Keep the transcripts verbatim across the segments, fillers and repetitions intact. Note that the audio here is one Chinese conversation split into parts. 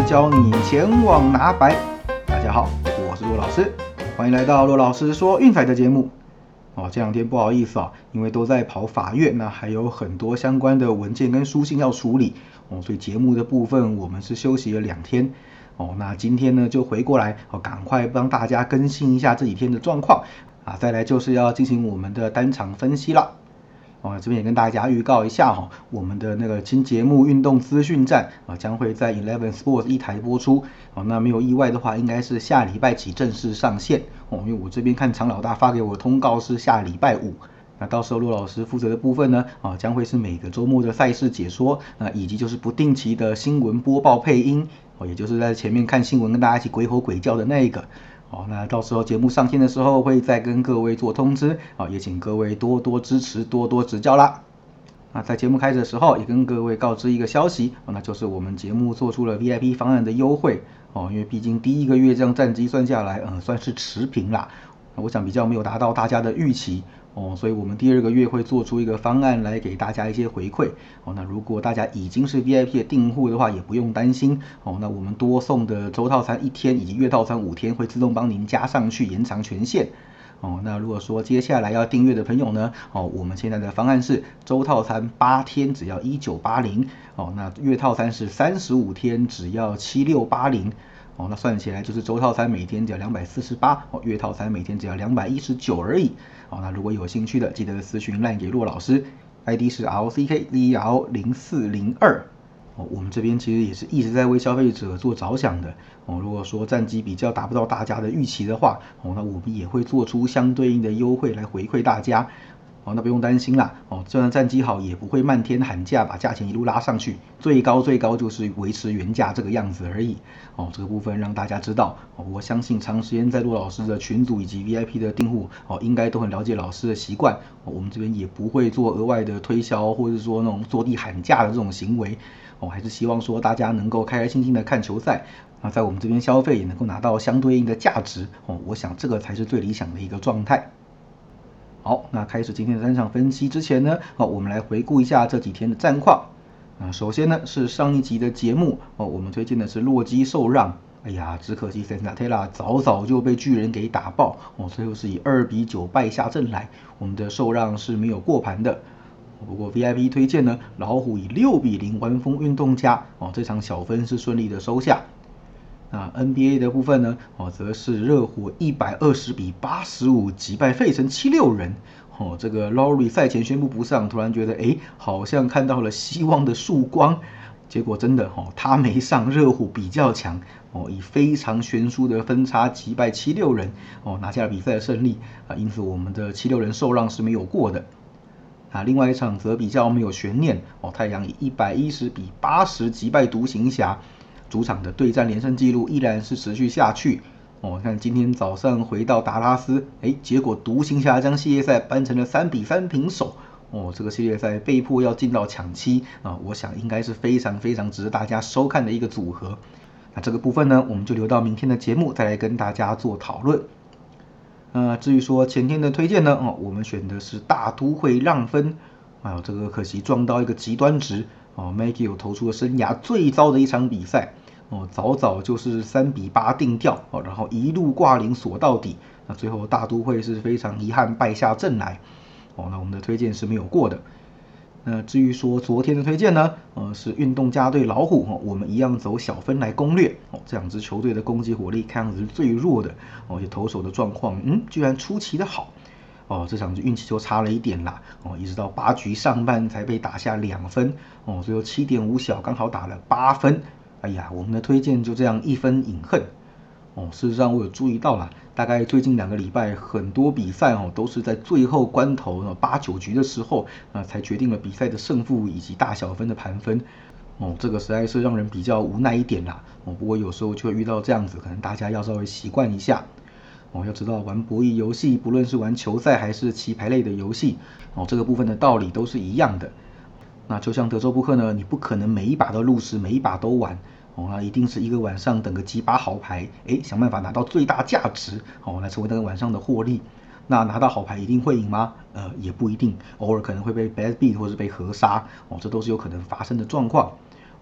教你前往拿白。大家好，我是骆老师，欢迎来到骆老师说运彩的节目。哦，这两天不好意思啊，因为都在跑法院，那还有很多相关的文件跟书信要处理哦，所以节目的部分我们是休息了两天。哦，那今天呢就回过来，哦，赶快帮大家更新一下这几天的状况啊，再来就是要进行我们的单场分析了。哦，这边也跟大家预告一下哈，我们的那个新节目运动资讯站啊，将会在 Eleven Sports 一台播出。哦，那没有意外的话，应该是下礼拜起正式上线。哦，因为我这边看常老大发给我的通告是下礼拜五。那到时候骆老师负责的部分呢，啊，将会是每个周末的赛事解说，那以及就是不定期的新闻播报配音，哦，也就是在前面看新闻跟大家一起鬼吼鬼叫的那一个。哦，那到时候节目上线的时候会再跟各位做通知，啊，也请各位多多支持，多多指教啦。那在节目开始的时候，也跟各位告知一个消息，哦，那就是我们节目做出了 V I P 方案的优惠，哦，因为毕竟第一个月这样战绩算下来，嗯，算是持平啦。我想比较没有达到大家的预期。哦，所以我们第二个月会做出一个方案来给大家一些回馈。哦，那如果大家已经是 V I P 的订户的话，也不用担心。哦，那我们多送的周套餐一天以及月套餐五天会自动帮您加上去，延长权限。哦，那如果说接下来要订阅的朋友呢，哦，我们现在的方案是周套餐八天只要一九八零，哦，那月套餐是三十五天只要七六八零。哦，那算起来就是周套餐每天只要两百四十八，哦，月套餐每天只要两百一十九而已。哦，那如果有兴趣的，记得私讯 LINE 给骆老师 ，I D 是 R O C K Z E R 零四零二。哦，我们这边其实也是一直在为消费者做着想的。哦，如果说战绩比较达不到大家的预期的话，哦，那我们也会做出相对应的优惠来回馈大家。哦，那不用担心啦。哦，就算战绩好，也不会漫天喊价把价钱一路拉上去，最高最高就是维持原价这个样子而已。哦，这个部分让大家知道。哦，我相信长时间在骆老师的群组以及 V I P 的订户，哦，应该都很了解老师的习惯。哦，我们这边也不会做额外的推销，或者说那种坐地喊价的这种行为。哦，还是希望说大家能够开开心心的看球赛，那在我们这边消费也能够拿到相对应的价值。哦，我想这个才是最理想的一个状态。好，那开始今天的单场分析之前呢，哦，我们来回顾一下这几天的战况。啊，首先呢是上一集的节目，哦，我们推荐的是洛基受让。哎呀，只可惜 Senzatella 早早就被巨人给打爆，哦，最后是以二比九败下阵来，我们的受让是没有过盘的。不过 V I P 推荐呢，老虎以六比零完封运动家，哦，这场小分是顺利的收下。那 N B A 的部分呢，哦，则是热火一百二十比八十五击败费城七六人。哦，这个 Lowry 赛前宣布不上，突然觉得哎，好像看到了希望的曙光。结果真的哦，他没上，热火比较强，哦，以非常悬殊的分差击败七六人，哦，拿下了比赛的胜利啊，因此我们的七六人受让是没有过的。啊，另外一场则比较没有悬念，哦，太阳以一百一十比八十击败独行侠。主场的对战连胜纪录依然是持续下去。哦，看今天早上回到达拉斯，哎，结果独行侠将系列赛扳成了三比三平手。哦，这个系列赛被迫要进到抢七啊，我想应该是非常非常值得大家收看的一个组合。那这个部分呢，我们就留到明天的节目再来跟大家做讨论。呃，至于说前天的推荐呢，哦，我们选的是大都会让分。哎呦，这个可惜撞到一个极端值。哦 ，Maggie 有投出了生涯最糟的一场比赛。哦，早早就是三比八定调，哦，然后一路挂零锁到底。那最后大都会是非常遗憾败下阵来。哦，那我们的推荐是没有过的。那至于说昨天的推荐呢，呃，是运动家对老虎，哦，我们一样走小分来攻略。哦，这两支球队的攻击火力看样子是最弱的，而且投手的状况，嗯，居然出奇的好。哦，这场运气就差了一点啦。哦，一直到八局上半才被打下两分。哦，最后七点五小刚好打了八分。哎呀，我们的推荐就这样一分饮恨。哦，事实上我有注意到啦，大概最近两个礼拜很多比赛哦都是在最后关头八九局的时候，呃才决定了比赛的胜负以及大小分的盘分。哦，这个实在是让人比较无奈一点啦。哦，不过有时候就会遇到这样子，可能大家要稍微习惯一下。哦，要知道玩博弈游戏，不论是玩球赛还是棋牌类的游戏，哦，这个部分的道理都是一样的。那就像德州扑克呢，你不可能每一把都入十，每一把都玩。哦，那一定是一个晚上等个几把好牌，哎，想办法拿到最大价值，哦，来成为那个晚上的获利。那拿到好牌一定会赢吗？呃，也不一定，偶尔可能会被 bad beat 或是被合杀，哦，这都是有可能发生的状况。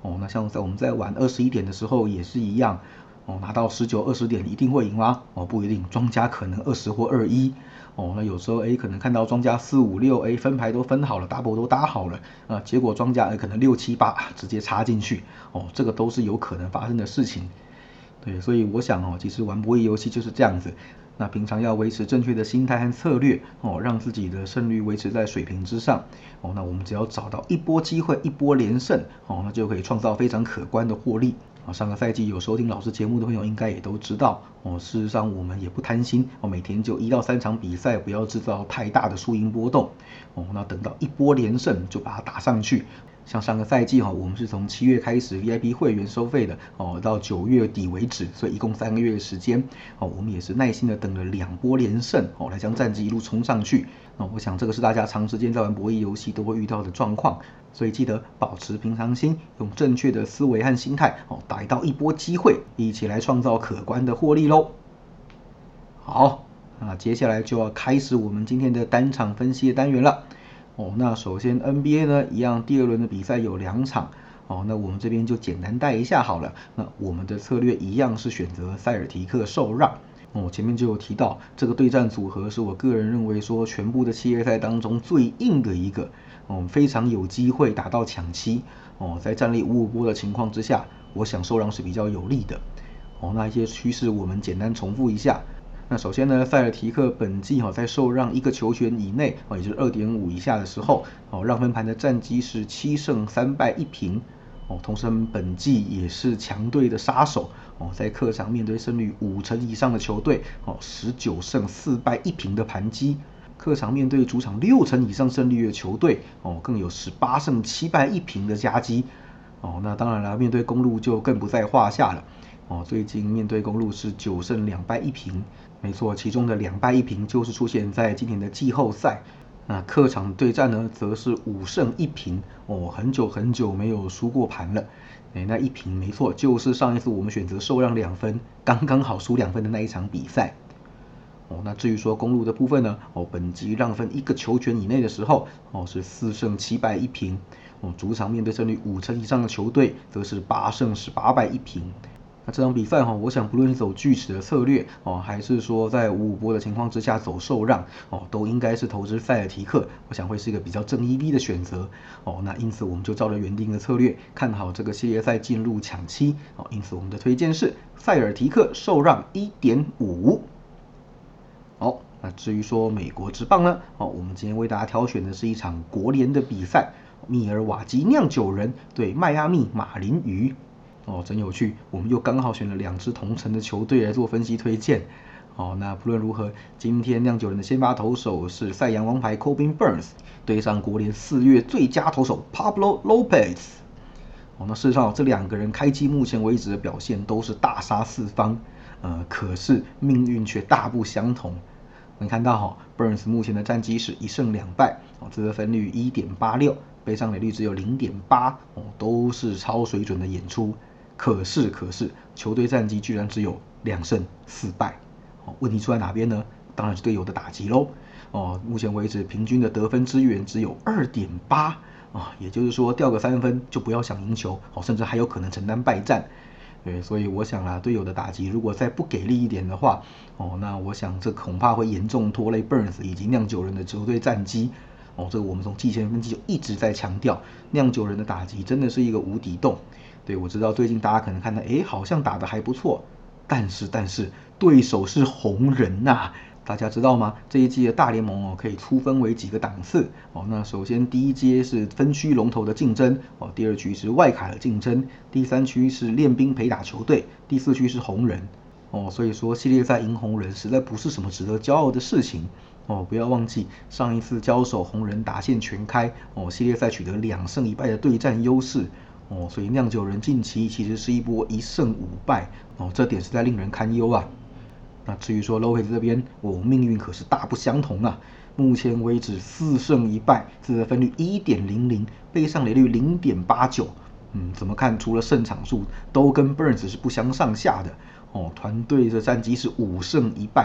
哦，那像在我们在玩二十一点的时候也是一样。哦，拿到十九、二十点一定会赢吗？哦，不一定，庄家可能二十或二一。哦，那有时候哎，可能看到庄家四五六，哎，分牌都分好了 ，double 都搭好了，啊，结果庄家哎可能六七八直接插进去，哦，这个都是有可能发生的事情。对，所以我想哦，其实玩博弈游戏就是这样子。那平常要维持正确的心态和策略，哦，让自己的胜率维持在水平之上。哦，那我们只要找到一波机会，一波连胜，哦，那就可以创造非常可观的获利。啊，上个赛季有收听老师节目的朋友应该也都知道，哦，事实上我们也不贪心，哦，每天就一到三场比赛，不要制造太大的输赢波动，哦，那等到一波连胜就把它打上去。像上个赛季哈，我们是从七月开始 V I P 会员收费的哦，到九月底为止，所以一共三个月的时间哦，我们也是耐心的等了两波连胜哦，来将战绩一路冲上去。哦，我想这个是大家长时间在玩博弈游戏都会遇到的状况，所以记得保持平常心，用正确的思维和心态哦，逮到一波机会，一起来创造可观的获利喽。好，那接下来就要开始我们今天的单场分析的单元了。哦，那首先 N B A 呢，一样第二轮的比赛有两场，哦，那我们这边就简单带一下好了。那我们的策略一样是选择塞尔提克受让。哦，前面就有提到这个对战组合是我个人认为说全部的系列赛当中最硬的一个，哦，非常有机会打到抢七。哦，在战力五五波的情况之下，我想受让是比较有利的。哦，那一些趋势我们简单重复一下。那首先呢，塞尔提克本季哈在受让一个球权以内哦，也就是 二点五 以下的时候，哦让分盘的战绩是七胜三败一平，哦，同时他们本季也是强队的杀手哦，在客场面对胜率五成以上的球队哦，十九胜四败一平的盘击，客场面对主场六成以上胜率的球队哦，更有十八胜七败一平的佳绩哦，那当然了，面对公鹿就更不在话下了哦，最近面对公鹿是九胜两败一平。没错，其中的两败一平就是出现在今年的季后赛。那客场对战呢，则是五胜一平哦，很久很久没有输过盘了。哎，那一平没错，就是上一次我们选择受让两分，刚刚好输两分的那一场比赛。哦，那至于说公鹿的部分呢，哦，本季让分一个球权以内的时候，哦是四胜七败一平。哦，主场面对胜率五成以上的球队，则是八胜十八败一平。那这场比赛哈，我想不论是走锯齿的策略哦，还是说在五五波的情况之下走受让哦，都应该是投资塞尔提克，我想会是一个比较正 E V 的选择哦。那因此我们就照着原定的策略，看好这个系列赛进入抢七哦。因此我们的推荐是塞尔提克受让 一点五。好，那至于说美国职棒呢，哦，我们今天为大家挑选的是一场国联的比赛，密尔瓦基酿酒人对迈阿密马林鱼。哦，真有趣，我们又刚好选了两支同城的球队来做分析推荐。哦，那不论如何，今天酿酒人的先发投手是赛扬王牌 Corbin Burnes，对上国联四月最佳投手 Pablo Lopez。哦，那事实上这两个人开机目前为止的表现都是大杀四方，呃，可是命运却大不相同。能看到哈、哦、，Burnes 目前的战绩是一胜两败，哦，得分率 一点八六，被上垒率只有 零点八，哦，都是超水准的演出。可是，可是球队战绩居然只有两胜四败，哦，问题出在哪边呢？当然是队友的打击喽。哦，目前为止平均的得分支援只有 二点八，啊，也就是说掉个三分就不要想赢球，哦，甚至还有可能承担败战。对，所以我想啊，队友的打击如果再不给力一点的话，哦，那我想这恐怕会严重拖累 Burnes 以及酿酒人的球队战绩。哦，这个我们从季前分析就一直在强调，酿酒人的打击真的是一个无底洞。对，我知道最近大家可能看到，诶，好像打得还不错，但是但是对手是红人呐、啊，大家知道吗？这一季的大联盟哦，可以粗分为几个档次哦。那首先第一阶是分区龙头的竞争哦，第二区是外卡的竞争，第三区是练兵陪打球队，第四区是红人哦。所以说系列赛赢红人实在不是什么值得骄傲的事情哦。不要忘记上一次交手红人打线全开哦，系列赛取得两胜一败的对战优势。哦，所以酿酒人近期其实是一波一胜五败哦，这点实在令人堪忧啊。那至于说 Lopez 这边，哦，命运可是大不相同啊。目前为止四胜一败，自得分率 一点零零，被上垒率 零点八九。嗯，怎么看除了胜场数，都跟 Burnes 是不相上下的哦。团队的战绩是五胜一败，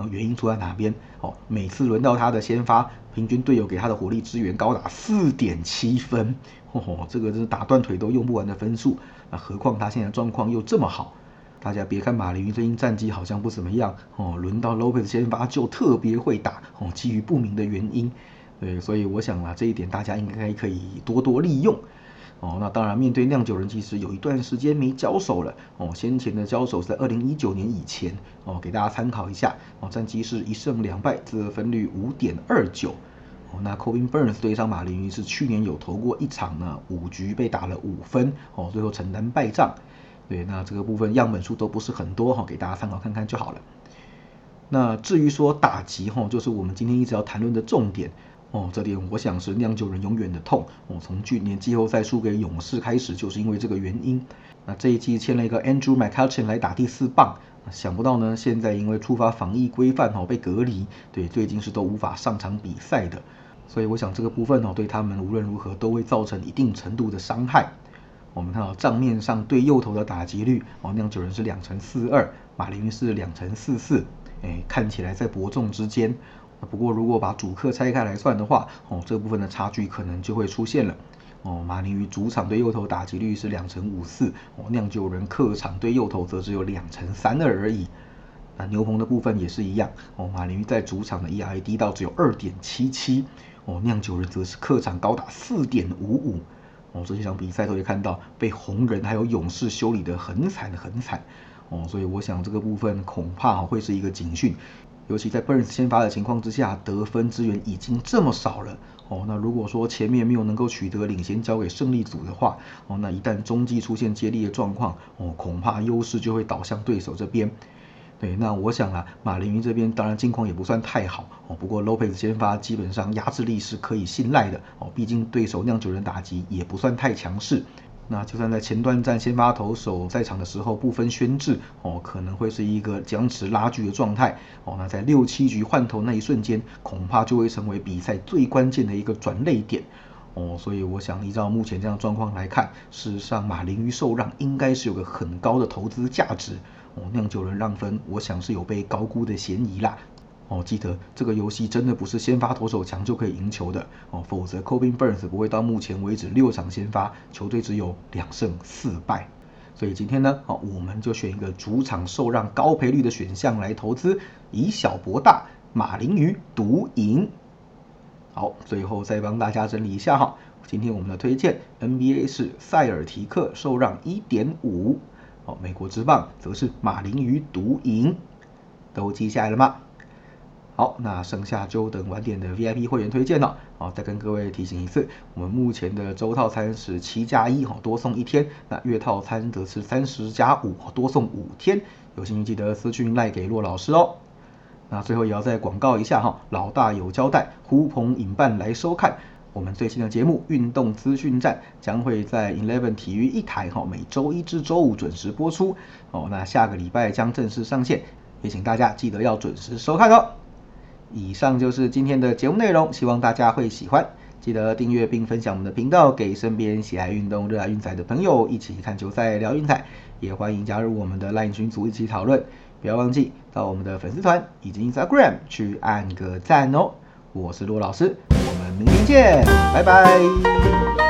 呃，原因出在哪边？哦，每次轮到他的先发，平均队友给他的火力支援高达 四点七 分，哦，这个是打断腿都用不完的分数，那何况他现在状况又这么好。大家别看马林鱼最近战绩好像不怎么样哦，轮到 Lopez 先发就特别会打哦，基于不明的原因，对，所以我想啊，这一点大家应该可以多多利用。哦，那当然，面对酿酒人，其实有一段时间没交手了。哦，先前的交手是在二零一九年以前。哦，给大家参考一下。哦，战绩是一胜两败，自得分率 五点二九。哦，那 Corbin Burnes 对上马林鱼是去年有投过一场呢，五局被打了五分。哦，最后承担败仗。对，那这个部分样本数都不是很多哈，给大家参考看看就好了。那至于说打击哈，就是我们今天一直要谈论的重点。哦，这点我想是酿酒人永远的痛。哦，从去年季后赛输给勇士开始，就是因为这个原因。那这一季签了一个 Andrew McCutchen 来打第四棒，想不到呢，现在因为触发防疫规范哦被隔离，对，最近是都无法上场比赛的。所以我想这个部分哦，对他们无论如何都会造成一定程度的伤害。我们看到账面上对右投的打击率，哦，酿酒人是两成四二，马林鱼是两成四四，哎，看起来在伯仲之间。不过如果把主客拆开来算的话，哦，这部分的差距可能就会出现了。哦，马林鱼主场对右投打击率是两成五四，哦，酿酒人客场对右投则只有两成三二而已。那牛棚的部分也是一样，哦，马林鱼在主场的 E R A 低到只有 二点七七，哦，酿酒人则是客场高达 四点五五。哦，这几场比赛都会看到被红人还有勇士修理得很惨很惨。哦，所以我想这个部分恐怕会是一个警讯。尤其在 Burnes 先发的情况之下，得分资源已经这么少了。哦，那如果说前面没有能够取得领先交给胜利组的话，哦，那一旦中继出现接力的状况，哦，恐怕优势就会倒向对手这边。对，那我想啊，马林鱼这边当然近况也不算太好哦，不过 Lopez 先发基本上压制力是可以信赖的哦，毕竟对手酿酒人打击也不算太强势。那就算在前段战先发投手在场的时候不分轩制哦，可能会是一个僵持拉锯的状态哦。那在六七局换投那一瞬间，恐怕就会成为比赛最关键的一个转捩点哦。所以我想依照目前这样的状况来看，事实上马林鱼受让应该是有个很高的投资价值哦。酿酒人让分，我想是有被高估的嫌疑啦。哦，记得这个游戏真的不是先发投手强就可以赢球的哦，否则 Corbin Burnes 不会到目前为止六场先发，球队只有两胜四败。所以今天呢，哦，我们就选一个主场受让高赔率的选项来投资，以小博大，马林鱼独赢。好，最后再帮大家整理一下哈，今天我们的推荐 N B A 是塞尔提克受让 一点五， 哦，美国职棒则是马林鱼独赢，都记下来了吗？好，那剩下就等晚点的 V I P 会员推荐了。好，再跟各位提醒一次，我们目前的周套餐是七加一，多送一天；那月套餐则是三十加五，多送五天。有兴趣记得私讯赖给骆老师哦。那最后也要再广告一下哈，老大有交代，呼朋引伴来收看我们最新的节目《运动资讯站》，将会在 Eleven 体育一台哈，每周一至周五准时播出哦。那下个礼拜将正式上线，也请大家记得要准时收看哦。以上就是今天的节目内容，希望大家会喜欢。记得订阅并分享我们的频道，给身边喜爱运动、热爱运彩的朋友一起看球赛、聊运彩。也欢迎加入我们的 LINE 群组一起讨论。不要忘记到我们的粉丝团以及 Instagram 去按个赞哦。我是骆老师，我们明天见，拜拜。